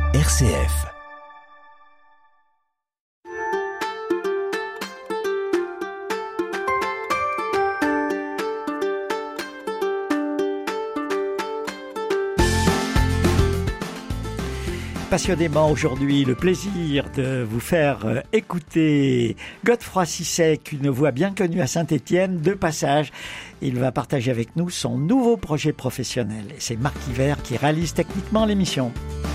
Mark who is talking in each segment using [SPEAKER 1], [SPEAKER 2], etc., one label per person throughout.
[SPEAKER 1] RCF. Passionnément aujourd'hui, le plaisir de vous faire écouter Godefroy Cissec, une voix bien connue à Saint-Étienne, de passage. Il va partager avec nous son nouveau projet professionnel. Et c'est Marc Hiver qui réalise techniquement l'émission.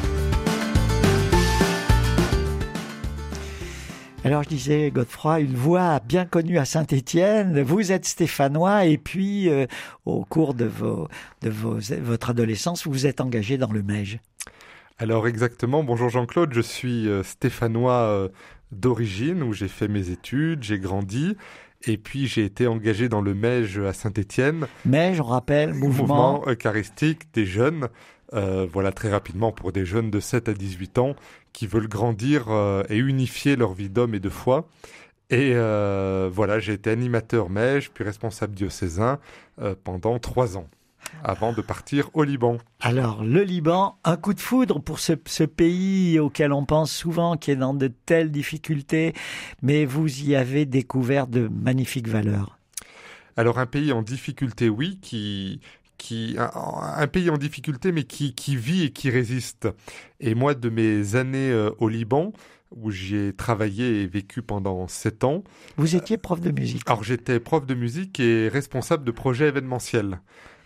[SPEAKER 1] Alors je disais, Godefroy, une voix bien connue à Saint-Étienne, vous êtes stéphanois et puis au cours de votre adolescence, vous vous êtes engagé dans le MEJ.
[SPEAKER 2] Alors exactement, bonjour Jean-Claude, je suis stéphanois d'origine, où j'ai fait mes études, j'ai grandi, et puis j'ai été engagé dans le MEJ à Saint-Étienne.
[SPEAKER 1] MEJ, on rappelle, mouvement
[SPEAKER 2] eucharistique des jeunes, voilà très rapidement pour des jeunes de 7 à 18 ans qui veulent grandir et unifier leur vie d'homme et de foi. Et voilà, j'ai été animateur MEJ, puis responsable diocésain pendant 3 ans. Avant de partir au Liban.
[SPEAKER 1] Alors, le Liban, un coup de foudre pour ce pays auquel on pense souvent, qui est dans de telles difficultés, mais vous y avez découvert de magnifiques valeurs.
[SPEAKER 2] Alors, un pays en difficulté, oui, un pays en difficulté, mais qui vit et qui résiste. Et moi, de mes années au Liban, où j'ai travaillé et vécu pendant 7 ans...
[SPEAKER 1] Vous étiez prof de musique.
[SPEAKER 2] Alors, j'étais prof de musique et responsable de projets événementiels.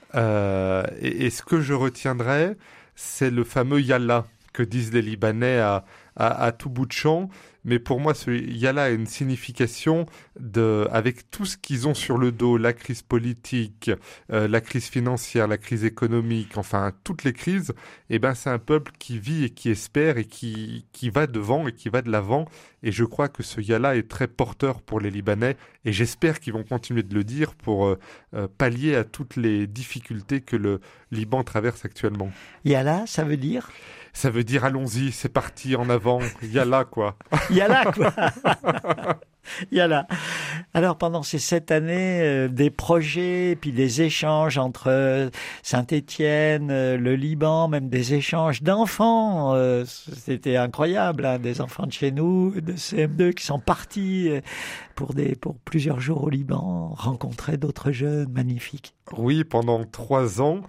[SPEAKER 2] Et ce que je retiendrai, c'est le fameux Yallah que disent les Libanais à tout bout de champ. Mais pour moi, ce Yallah a une signification avec tout ce qu'ils ont sur le dos, la crise politique, la crise financière, la crise économique, enfin toutes les crises. Eh ben, c'est un peuple qui vit et qui espère et qui va devant et qui va de l'avant. Et je crois que ce Yallah est très porteur pour les Libanais. Et j'espère qu'ils vont continuer de le dire pour pallier à toutes les difficultés que le Liban traverse actuellement.
[SPEAKER 1] Yallah, ça veut dire ?
[SPEAKER 2] Ça veut dire allons-y, c'est parti, en avant, Yallah quoi.
[SPEAKER 1] Yallah quoi. Yallah. Alors pendant ces 7 années, des projets, puis des échanges entre Saint-Étienne, le Liban, même des échanges d'enfants, c'était incroyable, hein, des enfants de chez nous, de CM2 qui sont partis pour plusieurs jours au Liban, rencontrer d'autres jeunes magnifiques.
[SPEAKER 2] Oui, pendant 3 ans.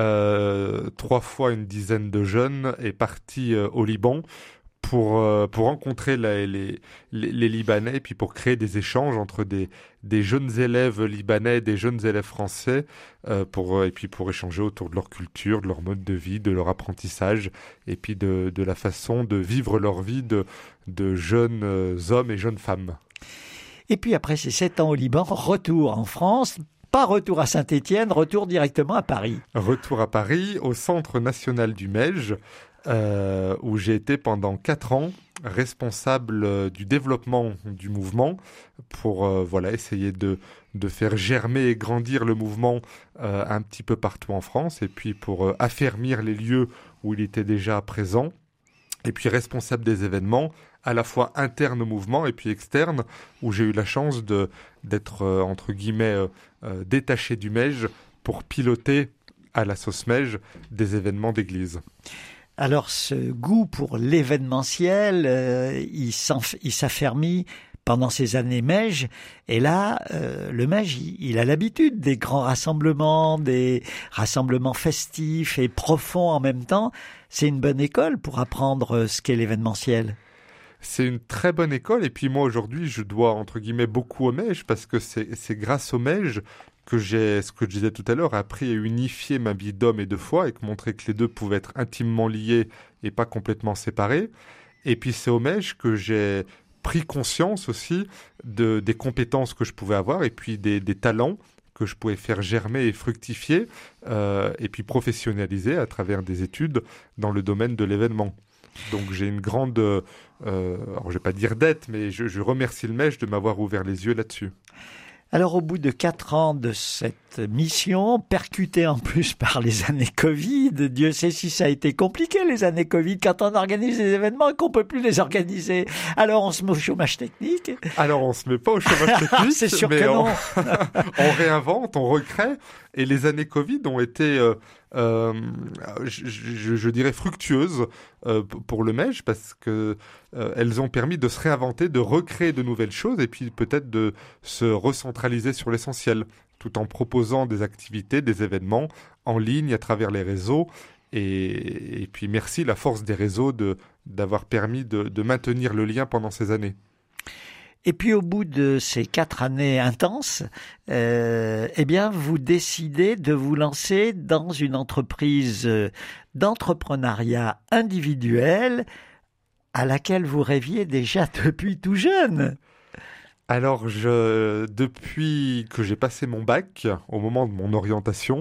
[SPEAKER 2] 3 fois une dizaine de jeunes est parti au Liban pour rencontrer les Libanais et puis pour créer des échanges entre des jeunes élèves libanais et des jeunes élèves français et puis pour échanger autour de leur culture, de leur mode de vie, de leur apprentissage et puis de la façon de vivre leur vie de jeunes hommes et jeunes femmes.
[SPEAKER 1] Et puis après ces 7 ans au Liban, retour en France. Pas retour à Saint-Étienne, retour directement à Paris.
[SPEAKER 2] Retour à Paris, au Centre national du MEJ, où j'ai été pendant 4 ans responsable du développement du mouvement pour essayer de faire germer et grandir le mouvement un petit peu partout en France et puis pour affermir les lieux où il était déjà présent. Et puis responsable des événements, à la fois internes au mouvement et puis externes, où j'ai eu la chance d'être, entre guillemets, détaché du MEJ pour piloter à la sauce MEJ des événements d'église.
[SPEAKER 1] Alors ce goût pour l'événementiel, il s'affermit pendant ces années MEJ, et là, le MEJ, il a l'habitude des grands rassemblements, des rassemblements festifs et profonds en même temps. C'est une bonne école pour apprendre ce qu'est l'événementiel.
[SPEAKER 2] C'est une très bonne école, et puis moi aujourd'hui, je dois entre guillemets beaucoup au MEJ, parce que c'est grâce au MEJ que j'ai, ce que je disais tout à l'heure, appris à unifier ma vie d'homme et de foi, et que montrer que les deux pouvaient être intimement liés et pas complètement séparés. Et puis c'est au MEJ que j'ai pris conscience aussi des compétences que je pouvais avoir et puis des talents que je pouvais faire germer et fructifier et puis professionnaliser à travers des études dans le domaine de l'événement. Donc j'ai une grande, alors je vais pas dire dette, mais je remercie le MEJ de m'avoir ouvert les yeux là-dessus.
[SPEAKER 1] Alors au bout de 4 ans de cette mission, percutée en plus par les années Covid, Dieu sait si ça a été compliqué les années Covid, quand on organise des événements et qu'on peut plus les organiser. Alors on se met au chômage technique.
[SPEAKER 2] Alors on se met pas au chômage technique,
[SPEAKER 1] c'est sûr que non.
[SPEAKER 2] On réinvente, on recrée. Et les années Covid ont été je dirais fructueuses pour le MEJ, parce que elles ont permis de se réinventer, de recréer de nouvelles choses et puis peut-être de se recentraliser sur l'essentiel, tout en proposant des activités, des événements en ligne à travers les réseaux. Et puis merci la force des réseaux d'avoir permis de maintenir le lien pendant ces années.
[SPEAKER 1] Et puis au bout de ces 4 années intenses, eh bien vous décidez de vous lancer dans une entreprise d'entrepreneuriat individuel à laquelle vous rêviez déjà depuis tout jeune.
[SPEAKER 2] Alors, depuis que j'ai passé mon bac, au moment de mon orientation,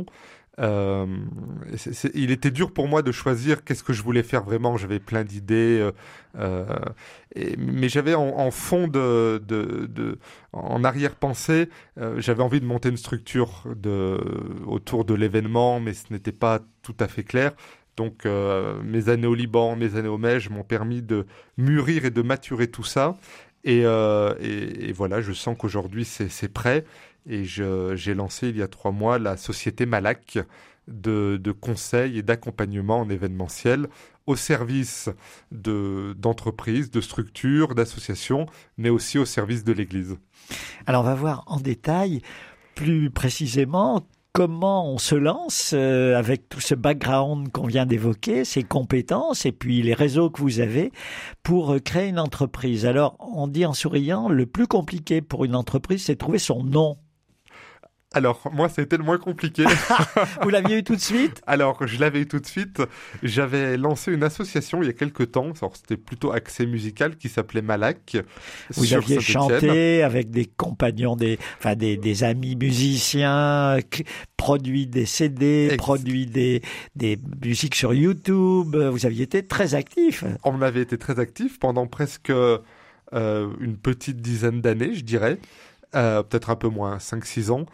[SPEAKER 2] il était dur pour moi de choisir qu'est-ce que je voulais faire vraiment. J'avais plein d'idées, mais j'avais en fond en arrière-pensée, j'avais envie de monter une structure autour de l'événement, mais ce n'était pas tout à fait clair. Donc, mes années au Liban, mes années au MEJ m'ont permis de mûrir et de maturer tout ça. Et voilà, je sens qu'aujourd'hui c'est prêt. Et j'ai lancé il y a 3 mois la société Malak de conseil et d'accompagnement en événementiel au service d'entreprises, de structures, d'associations, mais aussi au service de l'Église.
[SPEAKER 1] Alors on va voir en détail, plus précisément, comment on se lance avec tout ce background qu'on vient d'évoquer, ces compétences et puis les réseaux que vous avez pour créer une entreprise. Alors, on dit en souriant, le plus compliqué pour une entreprise, c'est de trouver son nom.
[SPEAKER 2] Alors, moi, c'était le moins compliqué.
[SPEAKER 1] Vous l'aviez eu tout de suite ?
[SPEAKER 2] Alors, je l'avais eu tout de suite. J'avais lancé une association il y a quelques temps. Alors, c'était plutôt axé musical qui s'appelait Malak.
[SPEAKER 1] Vous aviez chanté avec des compagnons, des amis musiciens, produit des CD, produit des musiques sur YouTube. Vous aviez été très actif.
[SPEAKER 2] On avait été très actif pendant presque une petite dizaine d'années, je dirais. Peut-être un peu moins, 5-6 ans.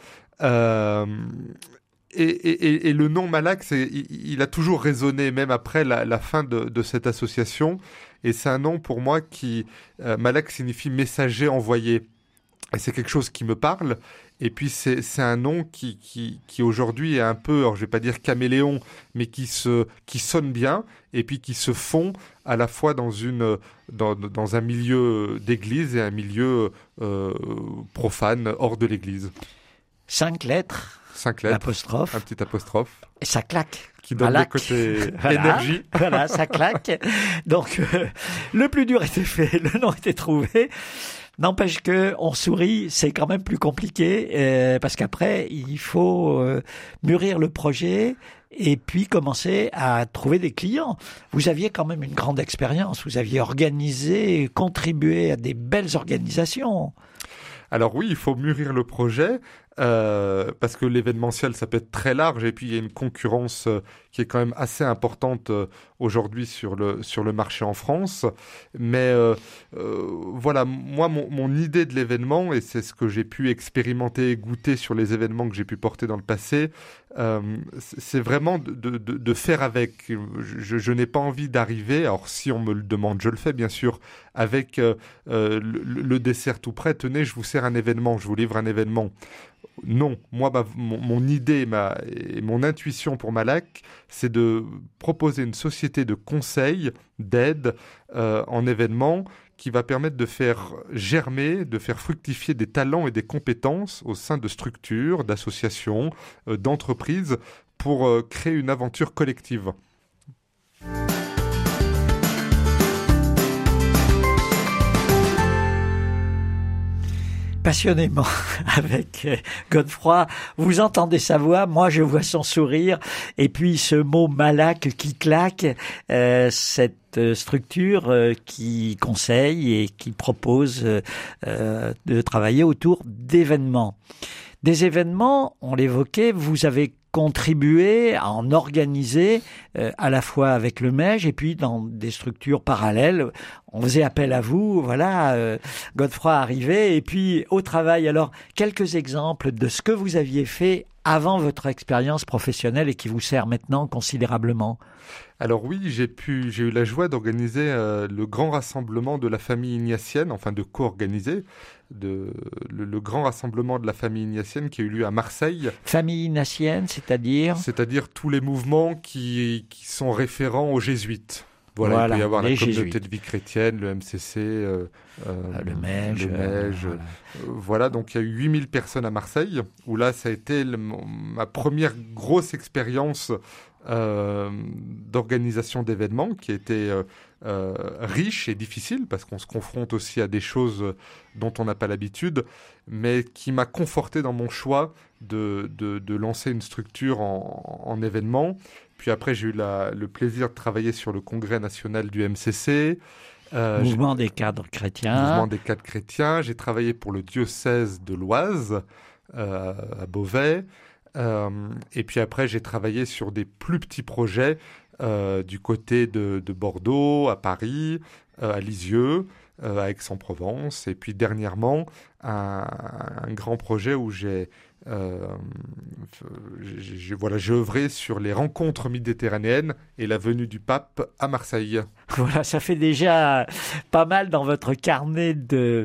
[SPEAKER 2] Et le nom Malak, il a toujours résonné, même après la fin de cette association. Et c'est un nom pour moi Malak signifie messager envoyé. Et c'est quelque chose qui me parle. Et puis c'est un nom qui aujourd'hui est un peu, alors je vais pas dire caméléon, mais qui sonne bien et puis qui se fond à la fois dans un milieu d'église et un milieu profane hors de l'église.
[SPEAKER 1] 5 lettres.
[SPEAKER 2] 5 lettres.
[SPEAKER 1] L'apostrophe.
[SPEAKER 2] Un petit apostrophe.
[SPEAKER 1] Et ça claque.
[SPEAKER 2] Qui donne le côté énergie.
[SPEAKER 1] Voilà, ça claque. Donc, le plus dur était fait, le nom était trouvé. N'empêche que on sourit, c'est quand même plus compliqué parce qu'après, il faut mûrir le projet et puis commencer à trouver des clients. Vous aviez quand même une grande expérience. Vous aviez organisé, contribué à des belles organisations.
[SPEAKER 2] Alors oui, il faut mûrir le projet. Parce que l'événementiel, ça peut être très large et puis il y a une concurrence qui est quand même assez importante aujourd'hui sur le marché en France. Mais voilà, moi, mon idée de l'événement, et c'est ce que j'ai pu expérimenter et goûter sur les événements que j'ai pu porter dans le passé, c'est vraiment de faire avec. Je n'ai pas envie d'arriver, alors si on me le demande, je le fais bien sûr, avec le dessert tout prêt. Tenez, je vous sers un événement, je vous livre un événement. Non, moi, mon idée et mon intuition pour Malak, c'est de proposer une société de conseil, d'aide en événements qui va permettre de faire germer, de faire fructifier des talents et des compétences au sein de structures, d'associations, d'entreprises pour créer une aventure collective.
[SPEAKER 1] Passionnément avec Godefroy. Vous entendez sa voix, moi je vois son sourire, et puis ce mot Malak qui claque, cette structure qui conseille et qui propose de travailler autour d'événements. Des événements, on l'évoquait, vous avez contribué à en organiser à la fois avec le MEJ et puis dans des structures parallèles. On faisait appel à vous, voilà, Godefroy arrivait et puis au travail. Alors, quelques exemples de ce que vous aviez fait avant votre expérience professionnelle et qui vous sert maintenant considérablement?
[SPEAKER 2] Alors oui, j'ai eu la joie d'organiser le grand rassemblement de la famille ignatienne, enfin de co-organiser le grand rassemblement de la famille ignatienne qui a eu lieu à Marseille.
[SPEAKER 1] Famille ignatienne, c'est-à-dire?
[SPEAKER 2] C'est-à-dire tous les mouvements qui sont référents aux jésuites. Voilà, il peut y avoir la communauté de vie chrétienne, le MCC,
[SPEAKER 1] le MEJ.
[SPEAKER 2] Voilà, donc il y a eu 8000 personnes à Marseille, où là, ça a été ma première grosse expérience d'organisation d'événements, qui a été riche et difficile, parce qu'on se confronte aussi à des choses dont on n'a pas l'habitude, mais qui m'a conforté dans mon choix de lancer une structure en événement. Puis après, j'ai eu le plaisir de travailler sur le congrès national du MCC.
[SPEAKER 1] Mouvement des cadres chrétiens.
[SPEAKER 2] Mouvement des cadres chrétiens. J'ai travaillé pour le diocèse de l'Oise, à Beauvais. Et puis après, j'ai travaillé sur des plus petits projets du côté de Bordeaux, à Paris, à Lisieux, à Aix-en-Provence. Et puis dernièrement, un grand projet où j'ai œuvré sur les rencontres méditerranéennes et la venue du pape à Marseille.
[SPEAKER 1] Voilà, ça fait déjà pas mal dans votre carnet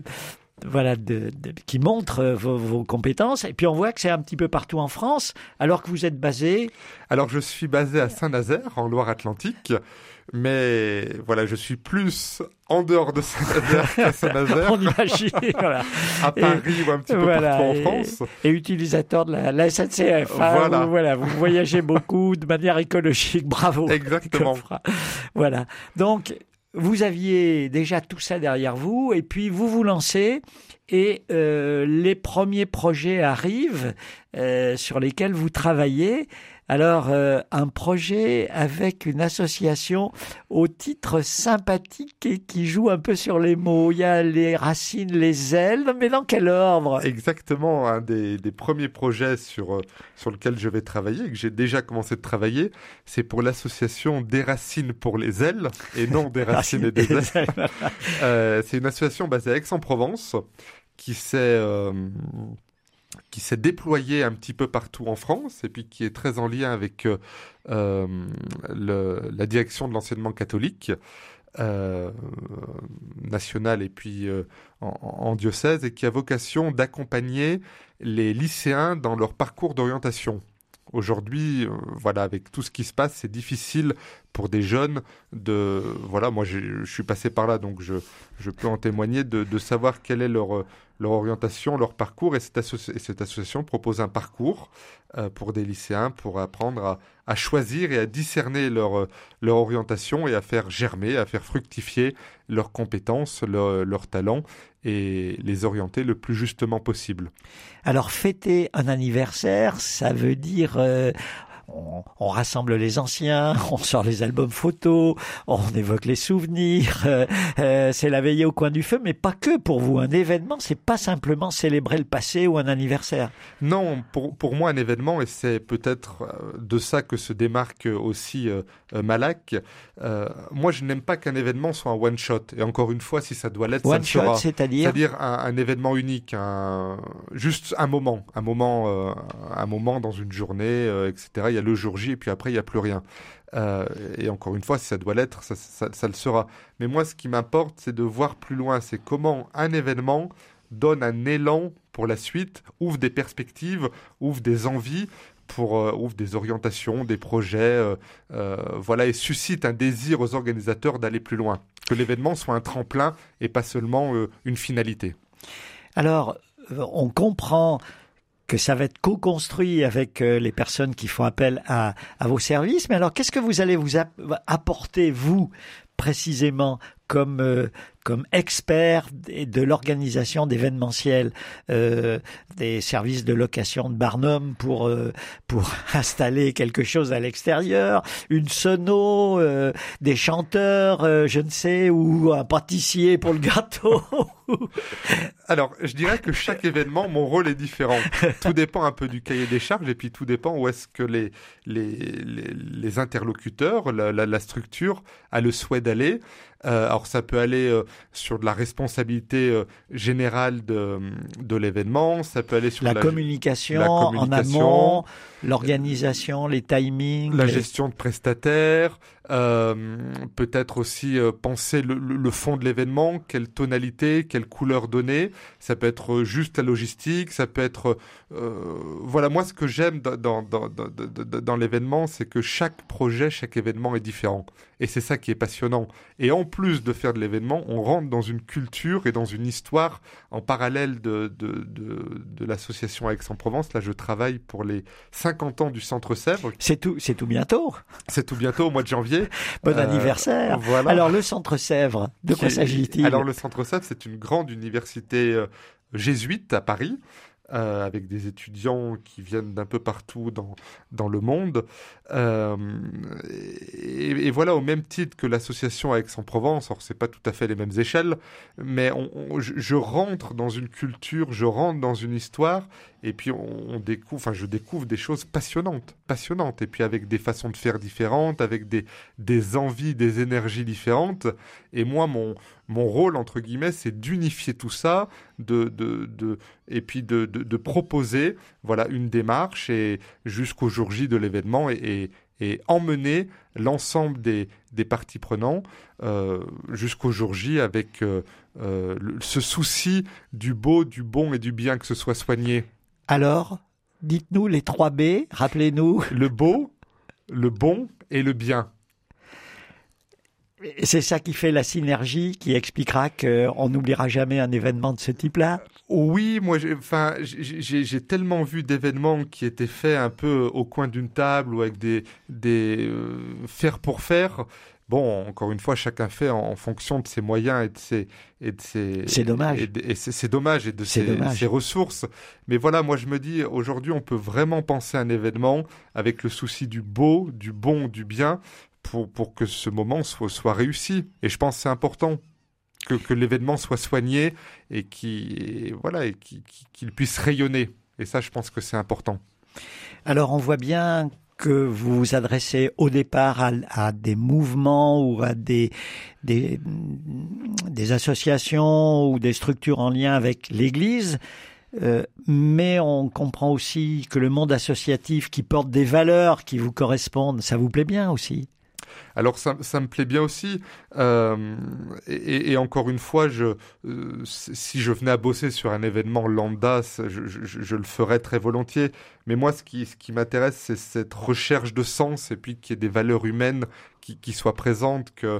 [SPEAKER 1] qui montre vos compétences. Et puis on voit que c'est un petit peu partout en France, alors que vous êtes basé...
[SPEAKER 2] Alors je suis basé à Saint-Nazaire, en Loire-Atlantique. Mais voilà, je suis plus en dehors de Saint-Nazaire qu'à Saint-Nazaire.
[SPEAKER 1] On imagine, voilà.
[SPEAKER 2] À Paris ou un petit peu partout en France.
[SPEAKER 1] Et utilisateur de la SNCF. Voilà. Vous voyagez beaucoup de manière écologique. Bravo.
[SPEAKER 2] Exactement.
[SPEAKER 1] Voilà. Donc, vous aviez déjà tout ça derrière vous et puis vous vous lancez et les premiers projets arrivent sur lesquels vous travaillez. Alors, un projet avec une association au titre sympathique et qui joue un peu sur les mots. Il y a les racines, les ailes, mais dans quel ordre?
[SPEAKER 2] Exactement, un des premiers projets sur lequel je vais travailler, que j'ai déjà commencé de travailler, c'est pour l'association Des Racines pour les ailes, et non des racines et des ailes. C'est une association basée à Aix-en-Provence qui s'est déployé un petit peu partout en France et puis qui est très en lien avec la direction de l'enseignement catholique national et puis en diocèse et qui a vocation d'accompagner les lycéens dans leur parcours d'orientation. Aujourd'hui, voilà, avec tout ce qui se passe, c'est difficile pour des jeunes de... Voilà, moi, je suis passé par là, donc je peux en témoigner de savoir quelle est leur orientation, leur parcours. Et cette association propose un parcours pour des lycéens pour apprendre à choisir et à discerner leur orientation et à faire germer, à faire fructifier leurs compétences, leurs talents et les orienter le plus justement possible.
[SPEAKER 1] Alors, fêter un anniversaire, ça veut dire... On rassemble les anciens, on sort les albums photos, on évoque les souvenirs, c'est la veillée au coin du feu, mais pas que pour vous. Un événement, c'est pas simplement célébrer le passé ou un anniversaire.
[SPEAKER 2] Non, pour moi, un événement, et c'est peut-être de ça que se démarque aussi Malac, moi je n'aime pas qu'un événement soit un one-shot. Et encore une fois, si ça doit l'être, ça le sera.
[SPEAKER 1] One-shot, c'est-à-dire
[SPEAKER 2] un événement unique, juste un moment dans une journée, etc. Il y a le jour J et puis après il n'y a plus rien. Et encore une fois, si ça doit l'être, ça le sera. Mais moi, ce qui m'importe, c'est de voir plus loin. C'est comment un événement donne un élan pour la suite, ouvre des perspectives, ouvre des envies, ouvre des orientations, des projets, voilà, et suscite un désir aux organisateurs d'aller plus loin. Que l'événement soit un tremplin et pas seulement une finalité.
[SPEAKER 1] Alors, on comprend que ça va être co-construit avec les personnes qui font appel à vos services. Mais alors, qu'est-ce que vous allez vous apporter, vous, précisément, comme expert de l'organisation d'événementiels, des services de location de Barnum pour installer quelque chose à l'extérieur, une sono, des chanteurs, je ne sais, ou un pâtissier pour le gâteau.
[SPEAKER 2] Alors, je dirais que chaque événement, mon rôle est différent. Tout dépend un peu du cahier des charges et puis tout dépend où est-ce que les interlocuteurs, la structure a le souhait d'aller. Alors ça peut aller sur de la responsabilité générale de l'événement, ça peut aller sur
[SPEAKER 1] la communication en amont, l'organisation, les timings,
[SPEAKER 2] la gestion de prestataires, peut-être aussi penser le fond de l'événement, quelle tonalité, quelle couleur donner. Ça peut être juste la logistique, ça peut être voilà, moi ce que j'aime dans l'événement, c'est que chaque projet, chaque événement est différent. Et c'est ça qui est passionnant. Et en plus de faire de l'événement, on rentre dans une culture et dans une histoire en parallèle de l'association Aix-en-Provence. Là, je travaille pour les 50 ans du Centre Sèvres.
[SPEAKER 1] C'est tout bientôt.
[SPEAKER 2] C'est tout bientôt, au mois de janvier.
[SPEAKER 1] Bon anniversaire.
[SPEAKER 2] Voilà.
[SPEAKER 1] Alors, le Centre Sèvres, de quoi s'agit-il ?
[SPEAKER 2] Alors, le Centre Sèvres, c'est une grande université jésuite à Paris. Avec des étudiants qui viennent d'un peu partout dans le monde. Et voilà, au même titre que l'association Aix-en-Provence, alors c'est pas tout à fait les mêmes échelles, mais je rentre dans une culture, je rentre dans une histoire, et puis je découvre des choses passionnantes, et puis avec des façons de faire différentes, avec des envies, des énergies différentes. Et moi, mon rôle, entre guillemets, c'est d'unifier tout ça, et puis de proposer, voilà, une démarche et jusqu'au jour J de l'événement et emmener l'ensemble des parties prenantes jusqu'au jour J avec ce souci du beau, du bon et du bien, que ce soit soigné.
[SPEAKER 1] Alors, dites-nous les 3 B, rappelez-nous.
[SPEAKER 2] Le beau, le bon et le bien.
[SPEAKER 1] C'est ça qui fait la synergie, qui expliquera qu'on n'oubliera jamais un événement de ce type-là.
[SPEAKER 2] Oui, moi, j'ai tellement vu d'événements qui étaient faits un peu au coin d'une table ou avec des faire pour faire. Bon, encore une fois, chacun fait en fonction de ses moyens et de ses.
[SPEAKER 1] C'est dommage.
[SPEAKER 2] C'est dommage et de ses ressources. Mais voilà, moi je me dis, aujourd'hui, on peut vraiment penser à un événement avec le souci du beau, du bon, du bien, pour que ce moment soit réussi. Et je pense que c'est important que l'événement soit soigné et qu'il puisse rayonner. Et ça, je pense que c'est important.
[SPEAKER 1] Alors, on voit bien que vous vous adressez au départ à des mouvements ou à des associations ou des structures en lien avec l'Église. Mais on comprend aussi que le monde associatif qui porte des valeurs qui vous correspondent, ça vous plaît bien aussi ?
[SPEAKER 2] Alors ça me plaît bien aussi, et encore une fois, si je venais à bosser sur un événement lambda, je le ferais très volontiers. Mais moi, ce qui m'intéresse, c'est cette recherche de sens et puis qu'il y ait des valeurs humaines qui soient présentes, que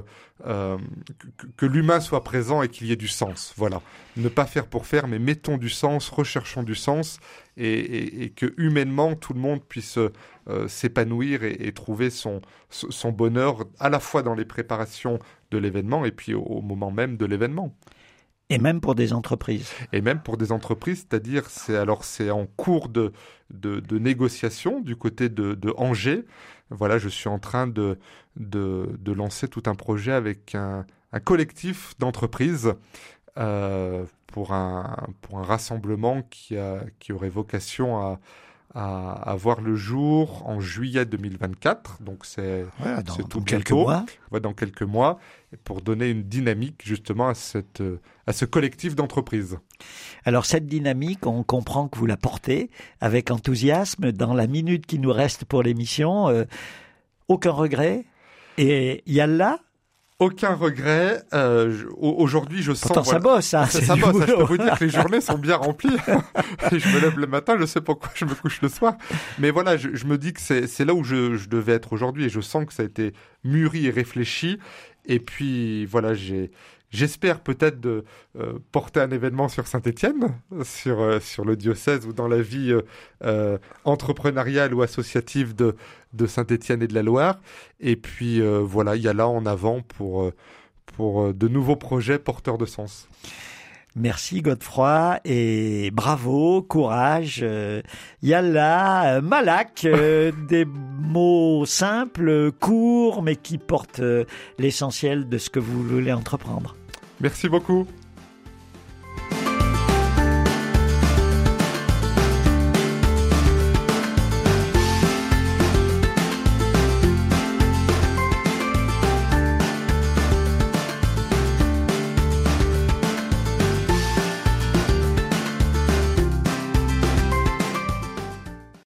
[SPEAKER 2] l'humain soit présent et qu'il y ait du sens. Voilà. Ne pas faire pour faire, mais mettons du sens, recherchons du sens et que humainement, tout le monde puisse s'épanouir et trouver son bonheur à la fois dans les préparations de l'événement et puis au moment même de l'événement.
[SPEAKER 1] Et même pour des entreprises.
[SPEAKER 2] Et même pour des entreprises, c'est-à-dire c'est en cours de négociation du côté de Angers. Voilà, je suis en train de lancer tout un projet avec un collectif d'entreprises pour un rassemblement qui aurait vocation à voir le jour en juillet 2024. Donc c'est tout bientôt. Dans quelques mois, pour donner une dynamique justement à ce collectif d'entreprises.
[SPEAKER 1] Alors cette dynamique, on comprend que vous la portez avec enthousiasme. Dans la minute qui nous reste pour l'émission, aucun regret. Et Yalla,
[SPEAKER 2] aucun regret. Aujourd'hui, je sens...
[SPEAKER 1] Pourtant, ça bosse, hein.
[SPEAKER 2] Ça bosse. Je peux vous dire que les journées sont bien remplies. Je me lève le matin, je sais pourquoi je me couche le soir. Mais voilà, je me dis que c'est là où je devais être aujourd'hui. Et je sens que ça a été mûri et réfléchi. Et puis, voilà, j'espère peut-être de porter un événement sur Saint-Étienne, sur le diocèse ou dans la vie entrepreneuriale ou associative de Saint-Étienne et de la Loire. Et puis voilà, il y a là en avant pour de nouveaux projets porteurs de sens.
[SPEAKER 1] Merci Godefroy et bravo, courage. Yalla, Malak, des mots simples, courts, mais qui portent l'essentiel de ce que vous voulez entreprendre.
[SPEAKER 2] Merci beaucoup.